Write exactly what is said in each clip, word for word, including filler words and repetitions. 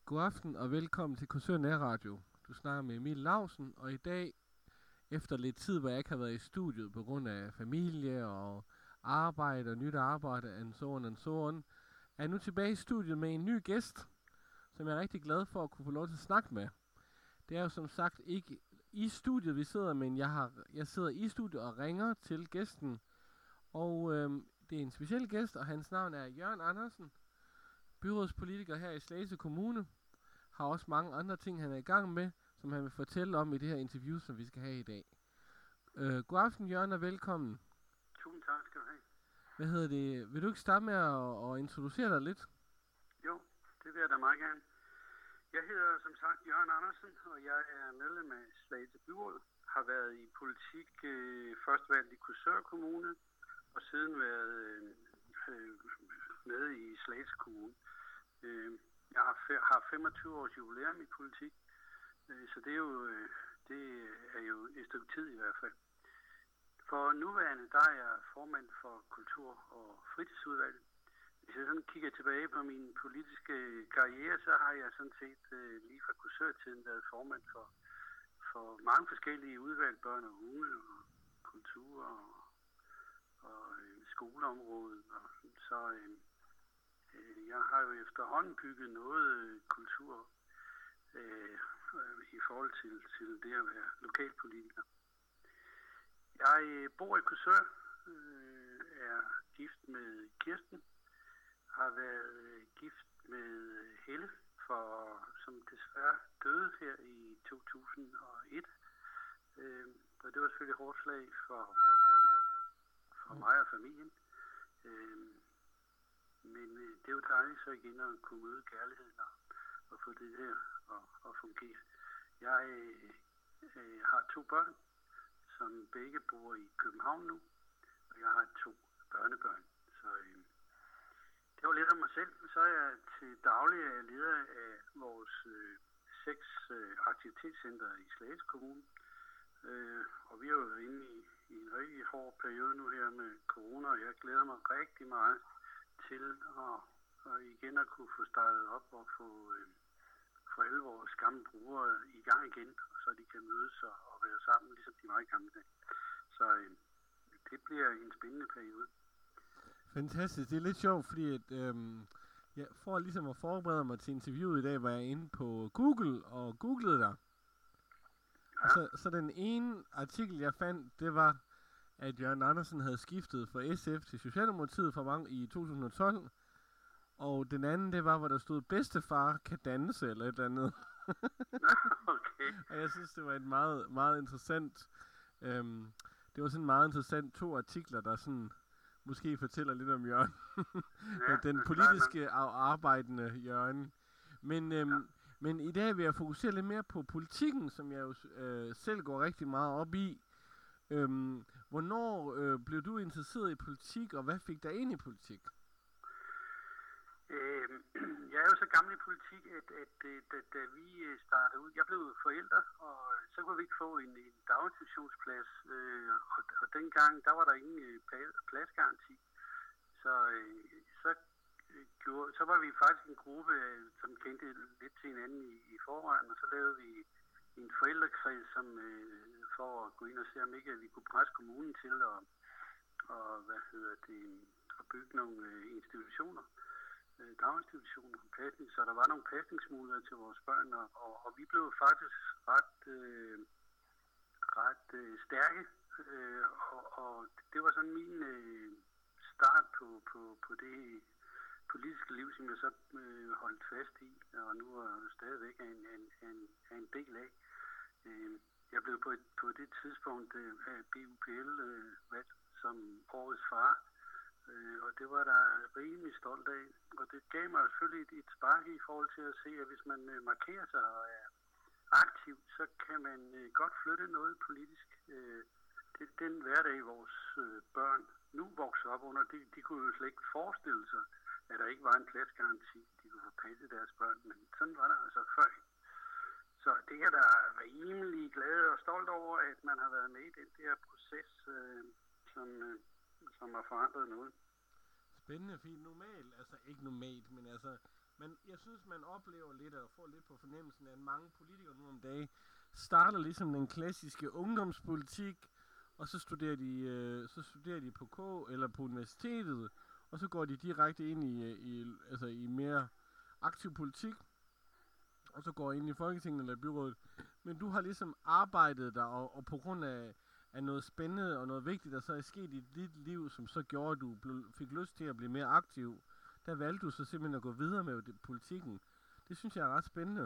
God aften og velkommen til Korsør Nærradio. Du snakker med Emil Lausen, og i dag, efter lidt tid, hvor jeg ikke har været i studiet på grund af familie og arbejde og nyt arbejde, and so on and so on, er jeg nu tilbage i studiet med en ny gæst, som jeg er rigtig glad for at kunne få lov til at snakke med. Det er jo som sagt ikke i studiet, vi sidder, men jeg, har, jeg sidder i studiet og ringer til gæsten. Og øhm, det er en speciel gæst, og hans navn er Jørgen Andersen, byrådspolitiker her i Slagelse Kommune. Har også mange andre ting, han er i gang med, som han vil fortælle om i det her interview, som vi skal have i dag. Øh, god aften, Jørgen, og velkommen. Tusind tak skal du have. Hvad hedder det? Vil du ikke starte med at, at introducere dig lidt? Jo, det vil jeg da meget gerne. Jeg hedder som sagt Jørgen Andersen, og jeg er medlem af Slagelse Byråd. Har været i politik, øh, først valgt i Korsør Kommune, og siden været øh, med i Slagelse Kommune. Øh, jeg har, fe- har femogtyve års jubilæum i politik, øh, så det er, jo, øh, det er jo et stykke tid i hvert fald. For nuværende, der er jeg formand for Kultur- og Fritidsudvalget. Hvis jeg sådan kigger tilbage på min politiske karriere, så har jeg sådan set øh, lige fra Korsør-tiden været formand for, for mange forskellige udvalg, børn og unge og kultur og, og øh, skoleområdet. Og, så øh, øh, jeg har jo efterhånden bygget noget øh, kultur øh, øh, i forhold til, til det at være lokalpolitiker. Jeg øh, bor i Korsør, øh, er gift med Kirsten, har været øh, gift med Helle, for, som desværre døde her i to tusind og et. Øh, og det var selvfølgelig et hårdt slag for, for mig og familien. Øh, men øh, det er jo dejligt så igen at kunne møde kærligheden og, og få det her at, at fungere. Jeg øh, har to børn, som begge bor i København nu, og jeg har to børnebørn. Så øh, det var lidt om mig selv. Så er jeg til daglig leder af vores øh, seks øh, aktivitetscenter i Slagelse Kommune. Øh, og vi er jo inde i, i en rigtig hård periode nu her med corona, og jeg glæder mig rigtig meget til at, at igen at kunne få startet op og få, øh, få alle vores gamle brugere i gang igen, så de kan mødes og, og være sammen, ligesom de var i gamle dage. Så øh, det bliver en spændende periode. Fantastisk. Det er lidt sjovt, fordi at, øhm, jeg for ligesom at forberede mig til interviewet i dag, var jeg inde på Google og googlede dig. Ja. Og så, så den ene artikel, jeg fandt, det var, at Jørgen Andersen havde skiftet fra S F til Socialdemokratiet for mange i to tusind og tolv. Og den anden, det var, hvor der stod, bedstefar kan danse, eller et eller andet. Okay. Og jeg synes, det var et meget, meget interessant, øhm, det var sådan meget interessant to artikler, der sådan måske fortæller lidt om Jørgen. Ja, den politiske arbejdende Jørgen. Men, øhm, ja. men i dag vil jeg fokusere lidt mere på politikken, som jeg jo øh, selv går rigtig meget op i. Øhm, hvornår øh, blev du interesseret i politik, og hvad fik dig ind i politik? Øh, jeg er jo så gammel i politik, at, at, at, at da vi startede ud, jeg blev forældre, og så kunne vi ikke få en, en daginstitutionsplads, øh, og, og dengang, der var der ingen øh, pladsgaranti. Så, øh, så, øh, gjorde, så var vi faktisk en gruppe, øh, som kendte lidt til hinanden i, i forvejen, og så lavede vi en forældrekreds, som, øh, for at gå ind og se, om ikke vi kunne presse kommunen til at, og, hvad hedder det, at bygge nogle øh, institutioner. daginstitutioner, pasning, så der var nogle pasningsmuligheder til vores børn, og, og, og vi blev faktisk ret, øh, ret øh, stærke, øh, og, og det var sådan min øh, start på, på, på det politiske liv, som jeg så øh, holdt fast i, og nu er stadigvæk en, en, en, en del af. Øh, jeg blev på, et, på det tidspunkt øh, af B U P L øh, valgt som årets far, Øh, og det var der rimelig stolt af, og det gav mig selvfølgelig et, et spark i forhold til at se, at hvis man øh, markerer sig og er aktiv, så kan man øh, godt flytte noget politisk. Øh, det, den hverdag, vores øh, børn nu vokser op under, de, de kunne jo slet ikke forestille sig, at der ikke var en pladsgaranti, de kunne få passet deres børn, men sådan var der altså før. Så det er da rimelig glad og stolt over, at man har været med i den der proces, øh, som... Øh, som har forandret noget. Spændende, fint. Normalt, altså ikke normalt, men altså Men jeg synes, man oplever lidt, og får lidt på fornemmelsen, at mange politikere nu om dagen starter ligesom den klassiske ungdomspolitik, og så studerer de, øh, så studerer de på K eller på universitetet, og så går de direkte ind i, i, altså i mere aktiv politik, og så går ind i Folketinget eller byrådet. Men du har ligesom arbejdet der, og, og på grund af, af noget spændende og noget vigtigt, der så er sket i dit liv, som så gjorde, at du ble, fik lyst til at blive mere aktiv, der valgte du så simpelthen at gå videre med det, politikken. Det synes jeg er ret spændende.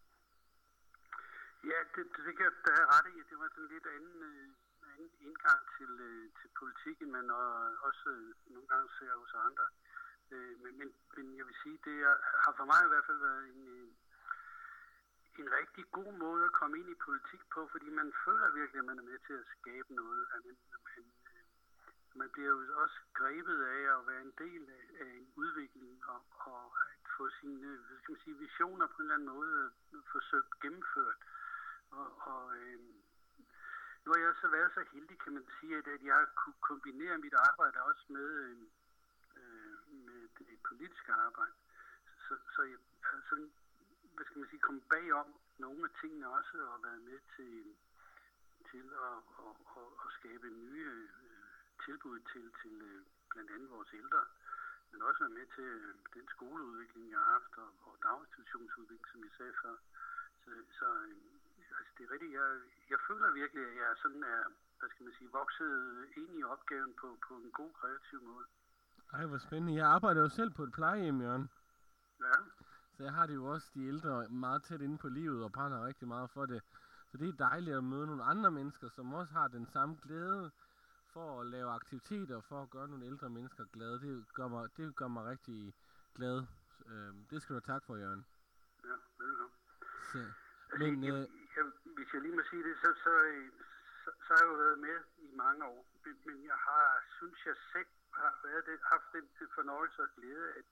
Ja, det, det, det kan jeg da have ret i. Det var sådan lidt anden, øh, anden indgang til, øh, til politikken, men og, også øh, nogle gange ser hos andre. Øh, men, men, men jeg vil sige, det er, har for mig i hvert fald været en, øh, en rigtig god måde at komme ind i politik på, fordi man føler virkelig, at man er med til at skabe noget. At man, man, øh, man bliver jo også grebet af at være en del af, af en udvikling og, og at få sine, hvad skal man sige, visioner på en eller anden måde forsøgt gennemført. Og, og øh, nu har jeg så været så heldig, kan man sige, at, at jeg har kunne kombinere mit arbejde også med, øh, med det politiske arbejde. Så, så jeg har sådan, hvad skal man sige, kommet bagom nogle af tingene også, og været med til, til at, at, at, at skabe nye øh, tilbud til, til øh, blandt andet vores ældre, men også været med til øh, den skoleudvikling, jeg har haft, og, og daginstitutionsudvikling, som jeg sagde før. Så, så øh, altså det er rigtigt, jeg, jeg føler virkelig, at jeg sådan er, hvad skal man sige, vokset ind i opgaven på, på en god, kreativ måde. Ej, hvor spændende. Jeg arbejder jo selv på et plejehjem, Jørgen. Ja. Så jeg har det jo også de ældre meget tæt inde på livet og brænder rigtig meget for det. Så det er dejligt at møde nogle andre mennesker, som også har den samme glæde for at lave aktiviteter, for at gøre nogle ældre mennesker glade. Det gør mig, det gør mig rigtig glad. Det skal du have tak for, Jørgen. Ja, velkommen. Så, men, jeg, jeg, jeg, hvis jeg lige må sige det, så, så, så, så har jeg jo været med i mange år. Men jeg har, synes jeg selv, har været det, haft den fornøjelse og glæde, at,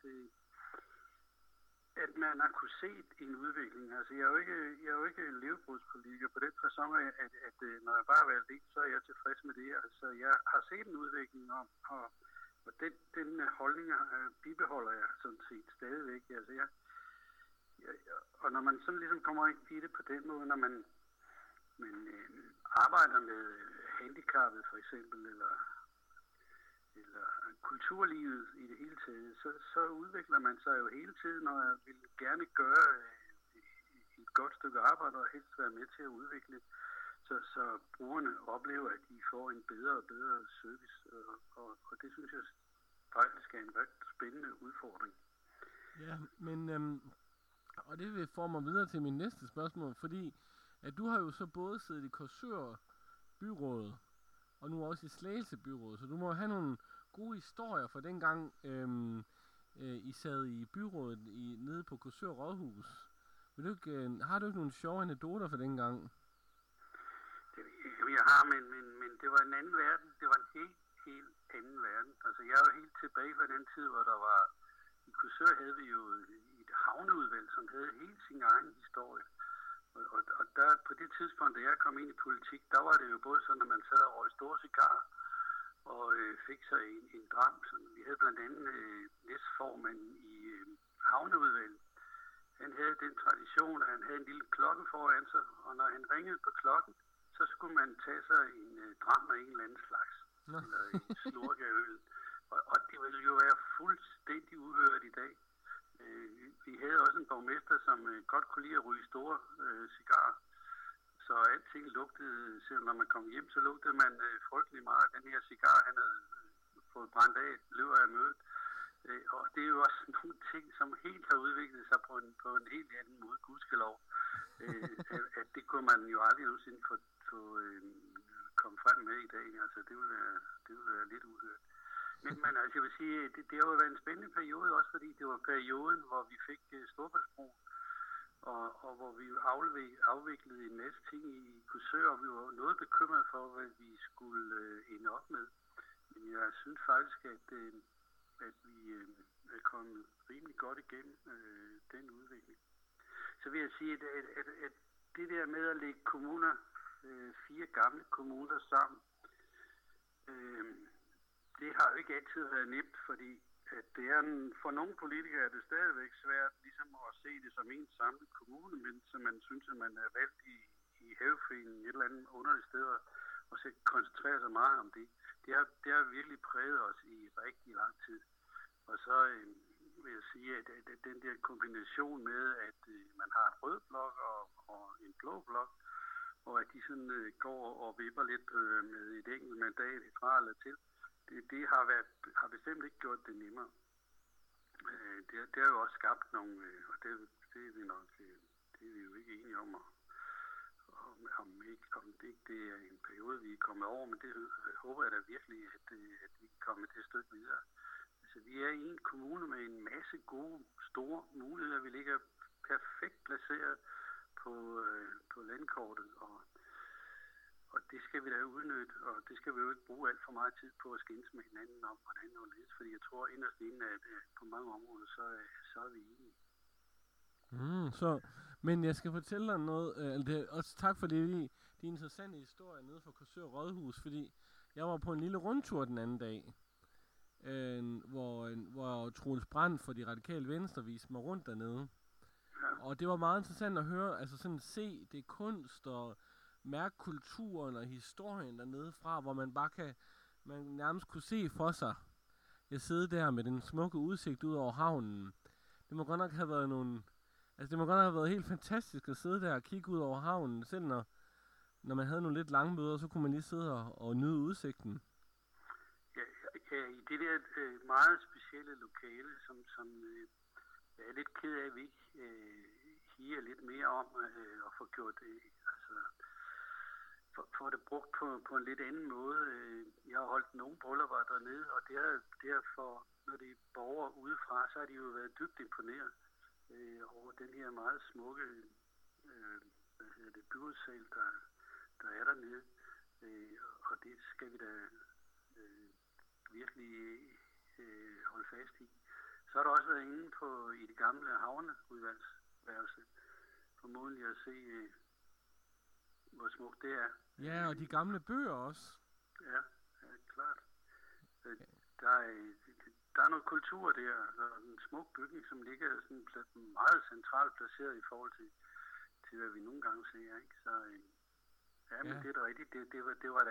at man har kunne se en udvikling. Altså, jeg er jo ikke, jeg er jo ikke levebrudspolitiker på den facon, at, at, at når jeg bare har valgt det, så er jeg tilfreds med det. Altså, jeg har set en udvikling, og, og, og den, den holdning bibeholder jeg sådan set stadigvæk. Altså, jeg, jeg, og når man sådan ligesom kommer ind i det på den måde, når man, man øh, arbejder med handicappet for eksempel, eller eller kulturlivet i det hele taget, så, så udvikler man sig jo hele tiden, og jeg vil gerne gøre øh, et godt stykke arbejde, og helst være med til at udvikle, så, så brugerne oplever, at de får en bedre og bedre service, og, og, og det synes jeg faktisk er en ret spændende udfordring. Ja, men øhm, og det vil få mig videre til min næste spørgsmål, fordi at du har jo så både siddet i Korsør byrådet, og nu også i Slagelse byrådet, så du må have nogle gode historier fra dengang, øhm, øh, I sad i byrådet i, nede på Korsør Rådhus. Vil du ikke, øh, har du ikke nogle sjove anekdoter fra dengang? Det, jeg har, men, men, men det var en anden verden. Det var en helt, helt anden verden. Altså, jeg er jo helt tilbage fra den tid, hvor der var, i Korsør havde vi jo et havneudvalg, som havde helt sin egen historie. Og, og, og der, på det tidspunkt, da jeg kom ind i politik, der var det jo både sådan, at man sad og røg store cigarer, og øh, fik sig en, en dram. Så vi havde blandt andet øh, næstformanden i øh, havneudvalget. Han havde den tradition, at han havde en lille klokke foran sig, og når han ringede på klokken, så skulle man tage sig en øh, dram af en eller anden slags, Nå. eller en slurk af øl. Og, og det ville jo være fuldstændig uhørt i dag. Øh, vi havde også en borgmester, som øh, godt kunne lide at ryge store øh, cigarer. Så alting lugtede, selv når man kom hjem, så lugtede man øh, frygtelig meget af den her cigar, han havde øh, fået brændt af, løber af mødet. Øh, og det er jo også nogle ting, som helt har udviklet sig på en, på en helt anden måde, gudskelov. Øh, at, at det kunne man jo aldrig nogensinde få, få øh, komme frem med i dag. Altså, det ville være, det ville være lidt uhørt. Men, men altså, jeg vil sige, det, det har jo været en spændende periode, også fordi det var perioden, hvor vi fik uh, Storebæltsbroen, og, og hvor vi afviklede en masse ting i Korsør, og vi var noget bekymrede for, hvad vi skulle uh, ende op med. Men jeg synes faktisk, at, uh, at vi uh, er kommet rimelig godt igennem uh, den udvikling. Så vil jeg sige, at, at, at, at det der med at lægge kommuner, uh, fire gamle kommuner sammen, uh, det har jo ikke altid været nemt, fordi at det er en, for nogle politikere er det stadigvæk svært ligesom at se det som en samlet kommune, men så man synes, at man er valgt i, i haveforeningen et eller andet underligt sted, og så koncentrere sig meget om det. Det har, det har virkelig præget os i rigtig lang tid. Og så øh, vil jeg sige, at, at den der kombination med, at øh, man har en rød blok og, og en blå blok, og at de sådan øh, går og vipper lidt øh, med et enkelt mandat fra eller til, det, det har, været, har bestemt ikke gjort det nemmere. Øh, det, det har jo også skabt nogle, øh, og det, det er vi nok, øh, det er vi jo ikke enige om, og, om, om, ikke, om det ikke det er en periode, vi er kommet over, men det øh, håber jeg da virkelig, at, øh, at vi kan komme til et stykke videre. Altså, vi er i en kommune med en masse gode, store muligheder. Vi ligger perfekt placeret på, øh, på landkortet, og, og det skal vi da udnytte, og det skal vi jo ikke bruge alt for meget tid på at skændes med hinanden om, hvordan det er, fordi jeg tror inderst inde, at øh, på mange områder, så, øh, så er vi enige. Mm, så, men jeg skal fortælle dig noget, øh, det, også tak for det, de, de interessante historier nede fra Korsør Rådhus, fordi jeg var på en lille rundtur den anden dag, øh, hvor, øh, hvor Troels Brandt for de radikale venstre viste mig rundt dernede. Ja. Og det var meget interessant at høre, altså sådan se det kunst og mærke kulturen og historien dernede fra, hvor man bare kan, man nærmest kunne se for sig, jeg sidder der med den smukke udsigt ud over havnen. Det må godt nok have været nogle, altså det må godt nok have været helt fantastisk at sidde der og kigge ud over havnen, selv når, når man havde nogle lidt lange møder, så kunne man lige sidde og, og nyde udsigten. Ja, ja, i det der øh, meget specielle lokale, som, som øh, jeg er lidt ked af, at vi ikke øh, higer lidt mere om øh, og få gjort det, altså for, for det brugt på, på en lidt anden måde. Øh, jeg har holdt nogle bryllupper dernede, og det er derfor, når det er borgere udefra, så har de jo været dybt imponeret øh, over den her meget smukke øh, hvad hedder det, byrådssal, der, der er dernede. Øh, og det skal vi da øh, virkelig øh, holde fast i. Så har du også været inde på i det gamle havneudvalgsværelse, formodentlig at se, øh, hvor smukt det er. Ja, og de gamle bøger også. Ja, ja, klart. Øh, der, er, der er noget kultur der, og en smuk bygning, som ligger sådan meget centralt placeret i forhold til, til hvad vi nogle gange ser, ikke? Så øh, ja, men ja. Det er da rigtigt. Det, det, var, det var da,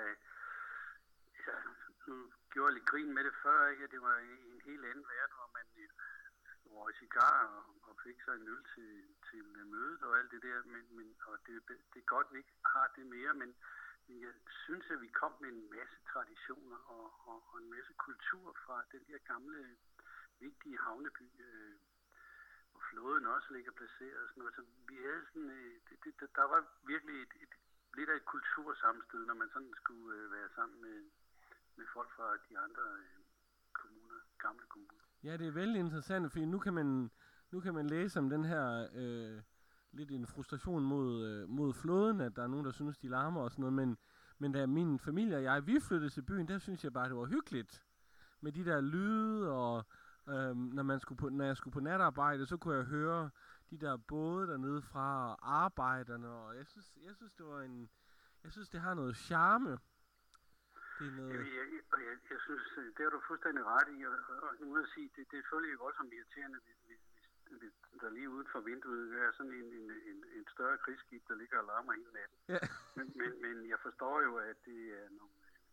ja, nu gjorde jeg lidt grin med det før, ikke? Det var en helt anden verden, hvor man røg cigar og, og fik sig en øl til, til mødet og alt det der, men, men, og det, det er godt, at vi ikke har det mere, men, men jeg synes, at vi kom med en masse traditioner og, og, og en masse kultur fra den her gamle, vigtige havneby, øh, hvor flåden også ligger placeret og sådan noget. Så vi havde sådan, øh, det, det, der var virkelig et, et, lidt af et kultursammenstød, når man sådan skulle øh, være sammen med, med folk fra de andre øh, kommuner, gamle kommuner. Ja, det er vældig interessant, fordi nu kan man, nu kan man læse om den her øh, lidt en frustration mod, øh, mod flåden, at der er nogen, der synes, de larmer og sådan noget, men, men da min familie og jeg, vi flyttede til byen, der synes jeg bare, det var hyggeligt med de der lyde, og øh, når, man skulle på, når jeg skulle på natarbejde, så kunne jeg høre de der både dernede fra arbejderne, og jeg synes, jeg synes, det var en, jeg synes, det har noget charme. Det er noget... Jeg, jeg, jeg, jeg synes, det har du fuldstændig ret i, og, og nu vil jeg sige, det, det er selvfølgelig voldsomt irriterende, hvis, hvis, hvis der lige uden for vinduet er sådan en, en, en, en større krigsskib, der ligger og larmer hele natten. Ja. men, men, men jeg forstår jo, at det er nogle,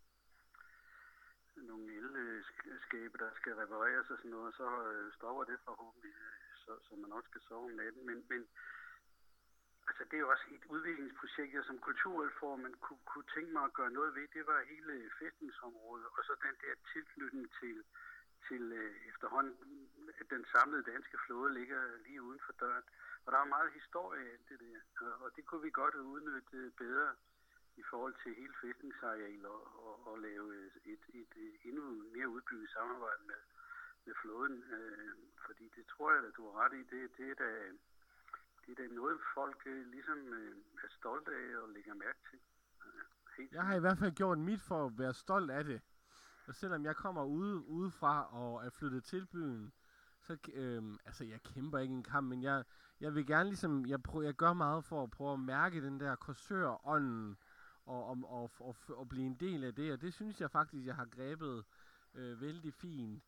nogle elskabe, der skal repareres og sådan noget, og så stopper det forhåbentlig, så, så man også skal sove om natten. Men, men altså, det er jo også et udviklingsprojekt, jeg som kulturreformen kunne, kunne tænke mig at gøre noget ved. Det var hele fæstningsområdet, og så den der tilknytning til, til øh, efterhånden, at den samlede danske flåde ligger lige uden for døren. Og der er meget historie i alt det der, og det kunne vi godt have udnyttet bedre i forhold til hele fæstningsarealet og, og, og lave et, et, et endnu mere udbygget samarbejde med, med flåden. Øh, fordi det tror jeg, at du har ret i. Det, det er da... Det er da noget, folk øh, ligesom øh, er stolte af og lægger mærke til. Ja, jeg har i hvert fald gjort mit for at være stolt af det. Og selvom jeg kommer ude, udefra og er flyttet til byen, så øh, altså jeg kæmper ikke en kamp, men jeg, jeg vil gerne ligesom, jeg, prøver, jeg gør meget for at prøve at mærke den der Korsør-ånden og, og, og, og, og blive en del af det. Og det synes jeg faktisk, jeg har grebet øh, vældig fint. Og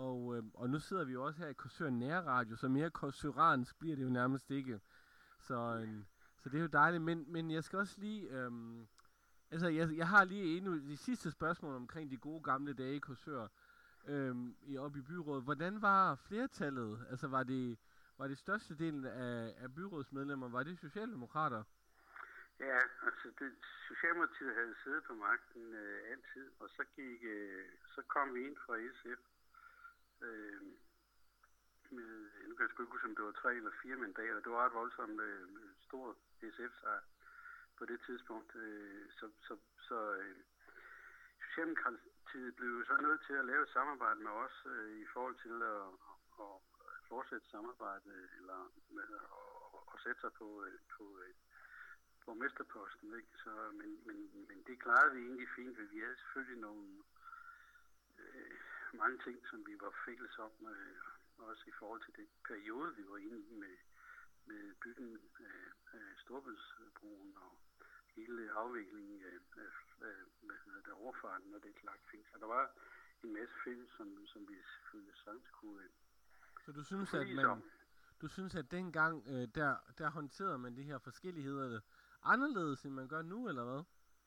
Og, øh, og nu sidder vi jo også her i Korsør Nærradio, så mere korsøransk bliver det jo nærmest ikke. Så, øh, så det er jo dejligt, men, men jeg skal også lige... Øh, altså, jeg, jeg har lige endnu de sidste spørgsmål omkring de gode gamle dage i Korsør, øh, i, oppe i byrådet. Hvordan var flertallet? Altså, var det, var det største delen af, af byrådsmedlemmer, var det socialdemokrater? Ja, altså det, Socialdemokratiet havde siddet på magten øh, altid, og så gik, øh, så kom vi ind fra S F øh, med, nu kan jeg sgu ikke huske, om det var tre eller fire mandater. Det var ret voldsomt øh, stor S F-sejr på det tidspunkt. Øh, så så, så øh, Socialdemokratiet blev så nødt til at lave et samarbejde med os øh, i forhold til at, at, at fortsætte samarbejdet, eller med at, at, at sætte sig på, øh, på øh, borgmesterposten, ikke? Så, men, men, men det klarede vi egentlig fint, for vi havde selvfølgelig nogle øh, mange ting, som vi var fælles om, øh, også i forhold til den periode, vi var inde i med, med byggen af, af Storebæltsbroen og hele afviklingen af, af, af hvad hedder det, overfarten og det slags ting. Så der var en masse fælles, som, som vi selvfølgelig sagtens kunne. Så du synes, at man, du synes, at dengang, øh, der, der håndterede man de her forskelligheder anderledes, end man gør nu, eller hvad?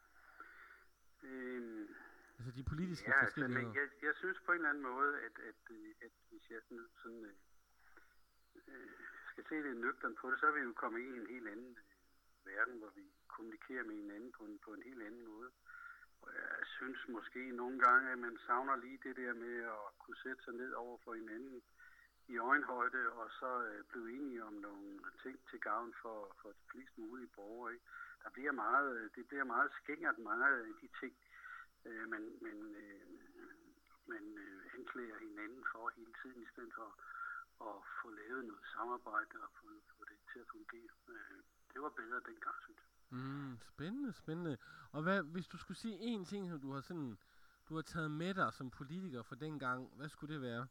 Øhm, altså de politiske ja, forskelligheder. Altså, jeg, jeg synes på en eller anden måde, at, at, at hvis jeg sådan, sådan øh, skal se det nøgternt på det, så er vi jo kommet ind i en helt anden øh, verden, hvor vi kommunikerer med hinanden på en, på en helt anden måde. Og jeg synes måske nogle gange, at man savner lige det der med at kunne sætte sig ned over for hinanden i øjenhøjde, og så øh, blive enige om nogle ting til gavn for, for de flest mulige borgere. Ikke? Der bliver meget, det bliver meget skængert, mange af de ting, øh, man, man, øh, man øh, anklager hinanden for hele tiden, i stedet for at få lavet noget samarbejde og få, få det til at fungere. Øh, det var bedre dengang, synes jeg. Mm, spændende, spændende. Og hvad, hvis du skulle sige én ting, som du har sådan, du har taget med dig som politiker for dengang, hvad skulle det være?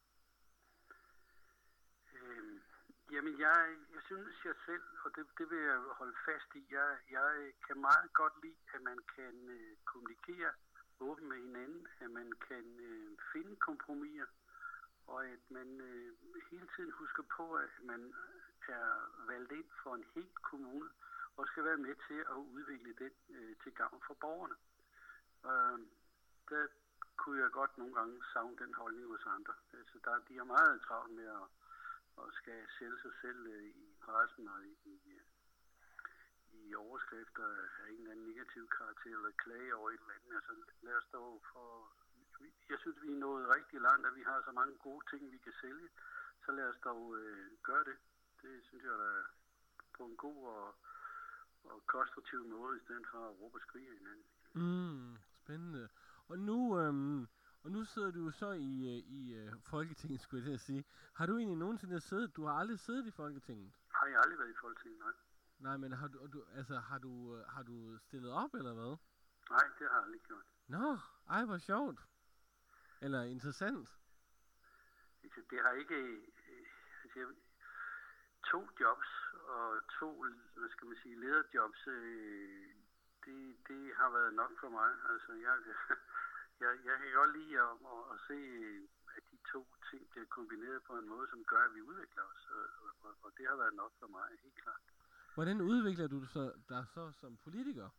Øhm, jamen, jeg, jeg synes jeg selv, og det, det vil jeg holde fast i, jeg, jeg kan meget godt lide, at man kan øh, kommunikere åbent med hinanden, at man kan øh, finde kompromiser, og at man øh, hele tiden husker på, at man er valgt ind for en hel kommune, og skal være med til at udvikle den øh, til gavn for borgerne. Øh, der kunne jeg godt nogle gange savne den holdning hos andre. Altså, der, de har meget travlt med at og skal sælge sig selv øh, i pressen og i, i, i overskrifter af en eller anden negativ karakter eller klage over et eller andet. Altså lad os dog for... Jeg synes, vi er nået rigtig langt, at vi har så mange gode ting, vi kan sælge. Så lad os dog øh, gøre det. Det synes jeg, der er på en god og, og konstruktiv måde, i stedet for at råbe og skrige hinanden. Mm, spændende. Og nu... Øhm Og nu sidder du jo så i, i uh, Folketinget, skulle jeg til at sige. Har du egentlig nogensinde siddet? Du har aldrig siddet i Folketinget? Har jeg aldrig været i Folketinget, nej. Nej, men har du, du, altså, har du, uh, har du stillet op, eller hvad? Nej, det har jeg aldrig gjort. Nå, ej, hvor sjovt. Eller interessant. Altså, det har ikke... Øh, altså, to jobs og to, hvad skal man sige, lederjobs, øh, det, det har været nok for mig. Altså, jeg... Jeg, jeg kan godt lide at, at, at se, at de to ting bliver kombineret på en måde, som gør, at vi udvikler os. Og, og, og det har været nok for mig, helt klart. Hvordan udvikler du så, dig så som politiker?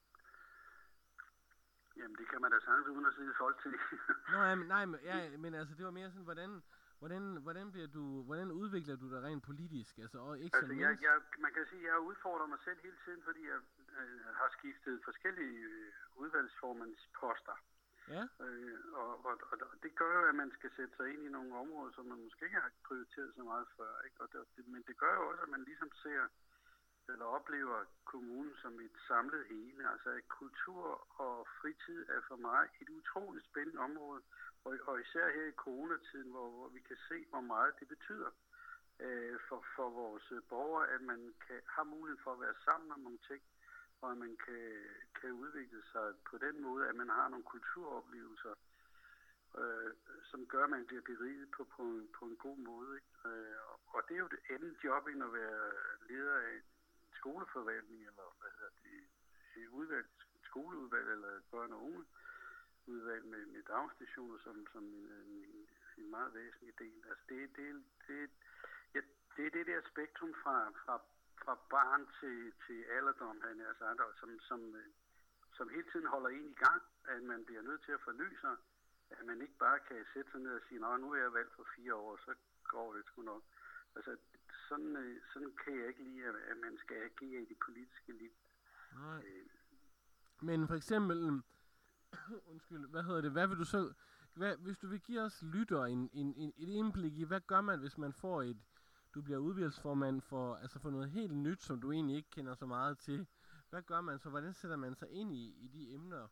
Jamen, det kan man da sagtens uden at sidde i Folketinget. Nå, ja, men, nej, men, ja, men altså, det var mere sådan, hvordan, hvordan, hvordan, bliver du, hvordan udvikler du dig rent politisk? Altså, og ikke altså, som jeg, jeg, man kan sige, at jeg har udfordret mig selv hele tiden, fordi jeg øh, har skiftet forskellige øh, udvalgsformandsposter. Ja. Øh, og, og, og det gør jo, at man skal sætte sig ind i nogle områder, som man måske ikke har prioriteret så meget før. Ikke? Og det, men det gør jo også, at man ligesom ser eller oplever kommunen som et samlet hele. Altså kultur og fritid er for mig et utroligt spændende område. Og, og især her i coronatiden, hvor, hvor vi kan se, hvor meget det betyder øh, for, for vores borgere, at man kan, har mulighed for at være sammen om nogle ting, og at man kan, kan udvikle sig på den måde, at man har nogle kulturoplevelser, øh, som gør, at man bliver beriget på, på, en, på en god måde. Ikke? Øh, og det er jo det andet job, end at være leder af en skoleforvaltning, eller hvad hedder det, et udvalg, et skoleudvalg, eller et børn- og ungeudvalg med, med daginstitutioner som, som en, en, en meget væsentlig del. Altså det, det, det, ja, det er det der spektrum fra, fra, fra barn til, til alderdom, han er sagt, som, som, som hele tiden holder en i gang, at man bliver nødt til at forny sig, at man ikke bare kan sætte sig ned og sige, nå, nu er jeg valgt for fire år, så går det sgu nok. Altså, sådan, sådan kan jeg ikke lide, at man skal agere i det politiske liv. Nej. Øh. Men for eksempel, undskyld, hvad hedder det, hvad vil du så, hvad, hvis du vil give os lytter en, en, en, et indblik i, hvad gør man, hvis man får et, du bliver udvalgsformand for, altså for noget helt nyt, som du egentlig ikke kender så meget til. Hvad gør man så? Hvordan sætter man sig ind i, i de emner?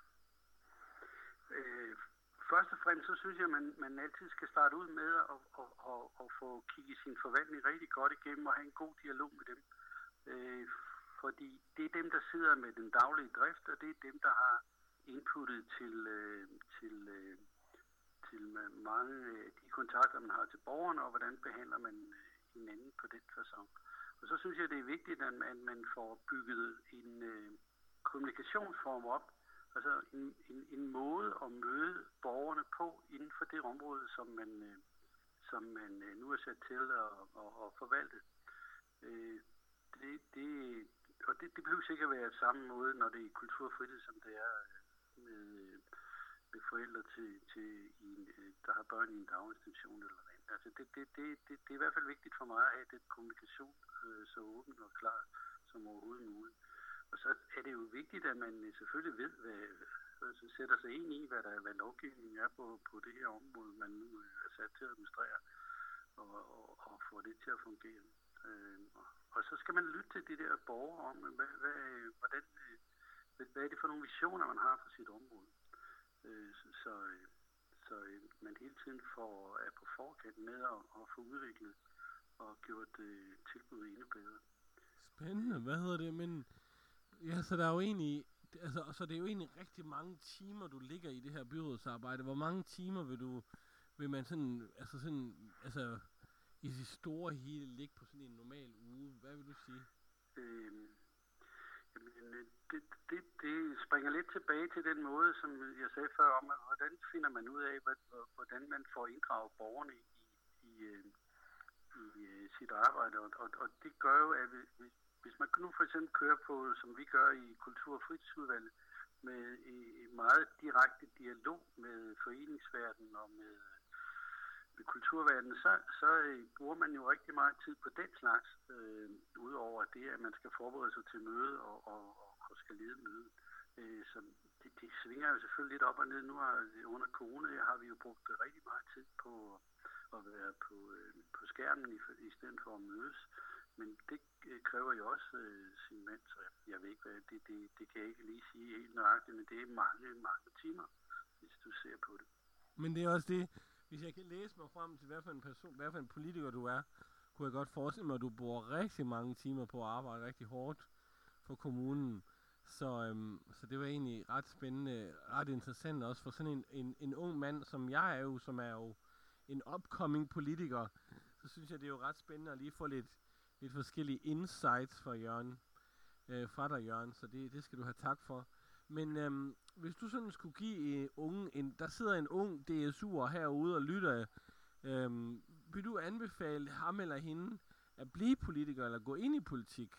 Øh, først og fremmest, så synes jeg, at man, man altid skal starte ud med at, at, at, at få kigget sin forvaltning rigtig godt igennem og have en god dialog med dem. Øh, fordi det er dem, der sidder med den daglige drift, og det er dem, der har inputtet til, øh, til, øh, til mange af de kontakter, man har til borgerne, og hvordan behandler man hinanden på den facon. Og så synes jeg, det er vigtigt, at man, at man får bygget en øh, kommunikationsform op, altså en, en, en måde at møde borgerne på inden for det område, som man, øh, som man øh, nu er sat til at, at, at forvalte. Øh, det, det, og det, det behøver sikkert være samme måde, når det er kultur og fritid, som det er med, med forældre, til, til en, der har børn i en daginstitution eller noget. Altså det, det, det, det, det er i hvert fald vigtigt for mig at have den kommunikation øh, så åben og klar som overhovedet muligt. Og så er det jo vigtigt, at man selvfølgelig ved, hvad, altså sætter sig ind i, hvad, der, hvad lovgivningen er på, på det her område, man nu er sat til at administrere, og, og, og få det til at fungere. Øh, og, og så skal man lytte til de der borgere om, hvad, hvad, hvordan, hvad, hvad er det for nogle visioner, man har for sit område. Øh, så, så man hele tiden får, er på forkant med at, at få udviklet og gjort øh, tilbuddet endnu bedre. Spændende, hvad hedder det, men ja, så der er jo egentlig, altså, så det er jo egentlig rigtig mange timer, du ligger i det her byrådsarbejde. Hvor mange timer vil du, vil man sådan, altså sådan, altså i det store hele ligge på sådan en normal uge? Hvad vil du sige? Øhm, jamen, det, det, det springer lidt tilbage til den måde, som jeg sagde før om, at hvordan finder man ud af, hvordan man får inddraget borgerne i, i, i, i sit arbejde. Og, og, og det gør jo, at hvis, hvis man nu for eksempel kører på, som vi gør i Kultur- og Fritidsudvalget, med en meget direkte dialog med foreningsverdenen og med kulturverdenen, så, så øh, bruger man jo rigtig meget tid på den slags, øh, udover det, at man skal forberede sig til møde og, og, og skal lede møde. Øh, så det, det svinger jo selvfølgelig lidt op og ned. Nu har, under corona har vi jo brugt rigtig meget tid på at være på, øh, på skærmen i, i stedet for at mødes. Men det øh, kræver jo også øh, sin mand, så jeg ved ikke, hvad det, det, det kan jeg ikke lige sige helt nøjagtigt, men det er mange, mange timer, hvis du ser på det. Men det er også det, hvis jeg kan læse mig frem til, hvad for en person, hvad for en politiker du er, kunne jeg godt forestille mig, at du bruger rigtig mange timer på at arbejde rigtig hårdt for kommunen. Så, øhm, så det var egentlig ret spændende, ret interessant også for sådan en, en, en ung mand, som jeg er jo, som er jo en upcoming politiker. Så synes jeg, det er jo ret spændende at lige få lidt, lidt forskellige insights fra Jørgen, øh, fra dig, Jørgen. Så det, det skal du have tak for. Men øhm, hvis du sådan skulle give øh, unge, en, der sidder en ung D S U'er herude og lytter, øhm, vil du anbefale ham eller hende at blive politiker eller gå ind i politik?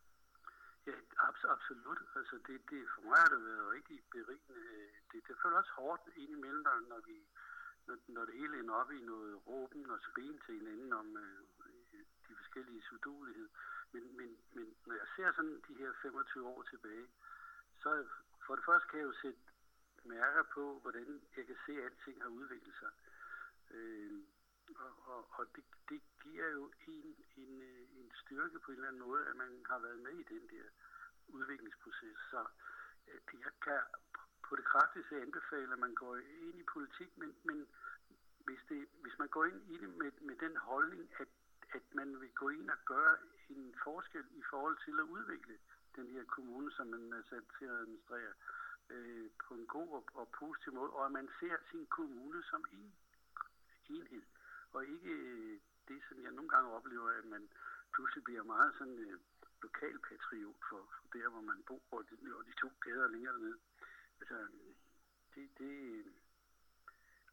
Ja, abs- absolut. Altså det, det, for mig har det været rigtig berigende. Det, det føles også hårdt indimellem, når, når, vi, når, når det hele ender op i noget råben og skrigen til hinanden om øh, de forskellige uduelighed. Men, men, men når jeg ser sådan de her femogtyve år tilbage, så for det første kan jeg jo sætte mærker på, hvordan jeg kan se, at alting har udviklet sig. Øh, og og, og det, det giver jo en, en, en styrke på en eller anden måde, at man har været med i den der udviklingsproces. Så øh, jeg kan på det kraftigste anbefale, at man går ind i politik, men, men hvis, det, hvis man går ind i det med, med den holdning, at, at man vil gå ind og gøre en forskel i forhold til at udvikle den her kommune, som man er sat til at administrere øh, på en god og, og positiv måde, og at man ser sin kommune som en enhed, og ikke øh, det, som jeg nogle gange oplever, at man pludselig bliver meget sådan øh, lokalpatriot for, for der, hvor man bor, og de, og de to gader længere ned. Altså, det, det,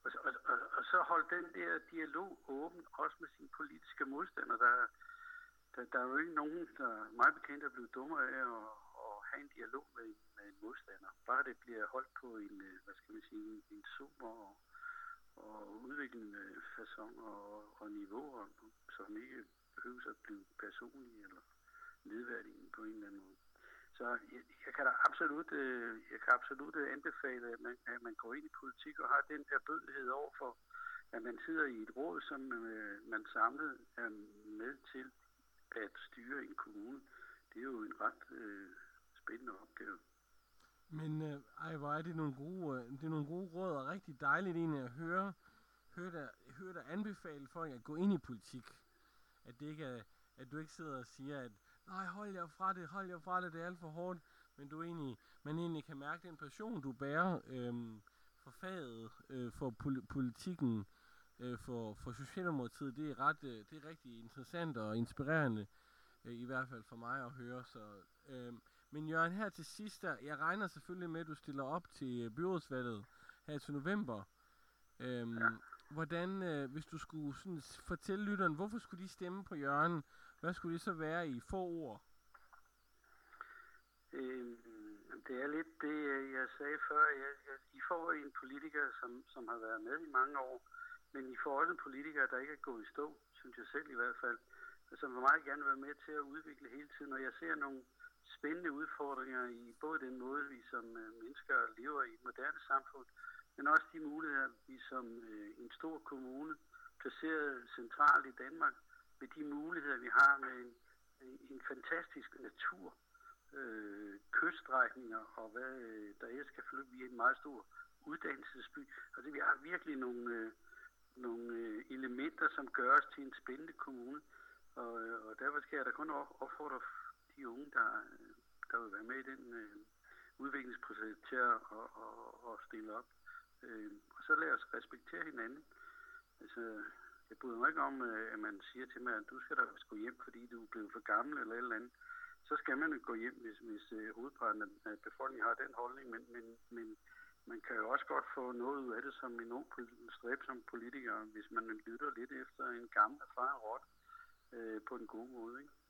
og, og, og, og så holde den der dialog åben, også med sine politiske modstandere. Der, der, der er jo ikke nogen, der meget bekendt er blevet dummere af at, at have en dialog med, med en modstander. Bare det bliver holdt på en, hvad skal man sige, en, en super og, og udviklende facon og, og niveauer, som ikke behøver at blive personlige eller nedværdige på en eller anden måde. Så jeg, jeg kan da absolut, øh, jeg kan absolut anbefale, at man, at man går ind i politik og har den her bødlighed overfor, at man sidder i et råd, som øh, man samlet er med til at styre en kommune. Det er jo en ret øh, spændende opgave. Men øh, ej, hvor er det nogle gode, øh, det er nogle gode råd, og rigtig dejligt egentlig at høre, høre dig, høre dig anbefale folk at gå ind i politik. At det ikke er, at du ikke sidder og siger, at nej, hold jer fra det, hold jer fra det, det er alt for hårdt, men du egentlig, man egentlig kan mærke den passion, du bærer øh, for faget, øh, for pol- politikken, øh, for, for Socialdemokratiet. Det er ret, øh, det er rigtig interessant og inspirerende, øh, i hvert fald for mig at høre. Så, øh, men Jørgen, her til sidst, der, jeg regner selvfølgelig med, at du stiller op til byrådsvalget her til november. Øh, Ja. Hvordan, øh, hvis du skulle sådan fortælle lytteren, hvorfor skulle de stemme på Jørgen? Hvad skulle det så være i få ord? Øhm, det er lidt det, jeg sagde før. Jeg, jeg, I får en politiker, som, som har været med i mange år, men I får også en politiker, der ikke er gået i stå, synes jeg selv i hvert fald, og som vil meget gerne være med til at udvikle hele tiden. Og jeg ser nogle spændende udfordringer i både den måde, vi som øh, mennesker lever i et moderne samfund, men også de muligheder, vi som øh, en stor kommune, placeret centralt i Danmark, med de muligheder, vi har med en, en fantastisk natur, øh, kyststrækninger og hvad øh, der ellers kan flytte. Vi er en meget stor uddannelsesby. Altså vi har virkelig nogle, øh, nogle øh, elementer, som gør os til en spændende kommune. Og, øh, og derfor skal jeg da kun opfordre de unge, der, der vil være med i den øh, udviklingsproces til at og, og, og stille op. Øh, og så lad os respektere hinanden. Altså, jeg bryder mig ikke om, at man siger til mig, at du skal da gå hjem, fordi du er blevet for gammel eller et eller andet. Så skal man jo gå hjem, hvis, hvis uh, hovedparten af befolkningen har den holdning. Men, men, men man kan jo også godt få noget ud af det som en ung stræb som politiker, hvis man lytter lidt efter en gammel erfaren rot uh, på en god måde. Ikke?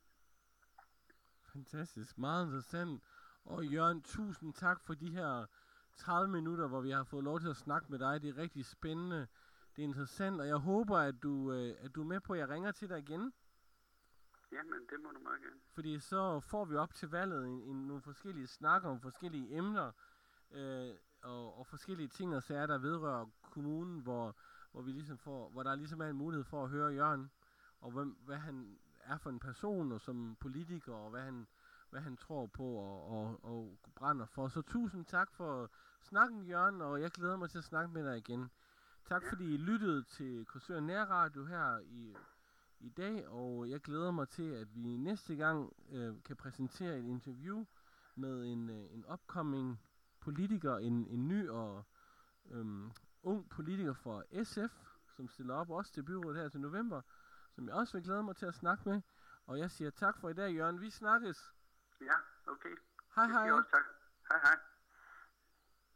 Fantastisk. Meget interessant. Og Jørgen, tusind tak for de her tredive minutter, hvor vi har fået lov til at snakke med dig. Det er rigtig spændende. Det er interessant, og jeg håber, at du, øh, at du er med på, at jeg ringer til dig igen. Jamen, det må du meget gerne. Fordi så får vi op til valget en, en, nogle forskellige snakker om forskellige emner, øh, og, og forskellige ting og sager, der vedrører kommunen, hvor, hvor, vi ligesom får, hvor der ligesom er en mulighed for at høre Jørgen, og hvem, hvad han er for en person, og som politiker, og hvad han, hvad han tror på og, og, og brænder for. Så tusind tak for snakken, Jørgen, og jeg glæder mig til at snakke med dig igen. Tak fordi I lyttede til Korsør Nærradio her i, i dag, og jeg glæder mig til, at vi næste gang øh, kan præsentere et interview med en, øh, en upcoming politiker, en, en ny og øhm, ung politiker fra S F, som stiller op også til byrådet her til november, som jeg også vil glæde mig til at snakke med. Og jeg siger tak for i dag, Jørgen. Vi snakkes. Ja, okay. Hej hej. Også tak. Hej hej.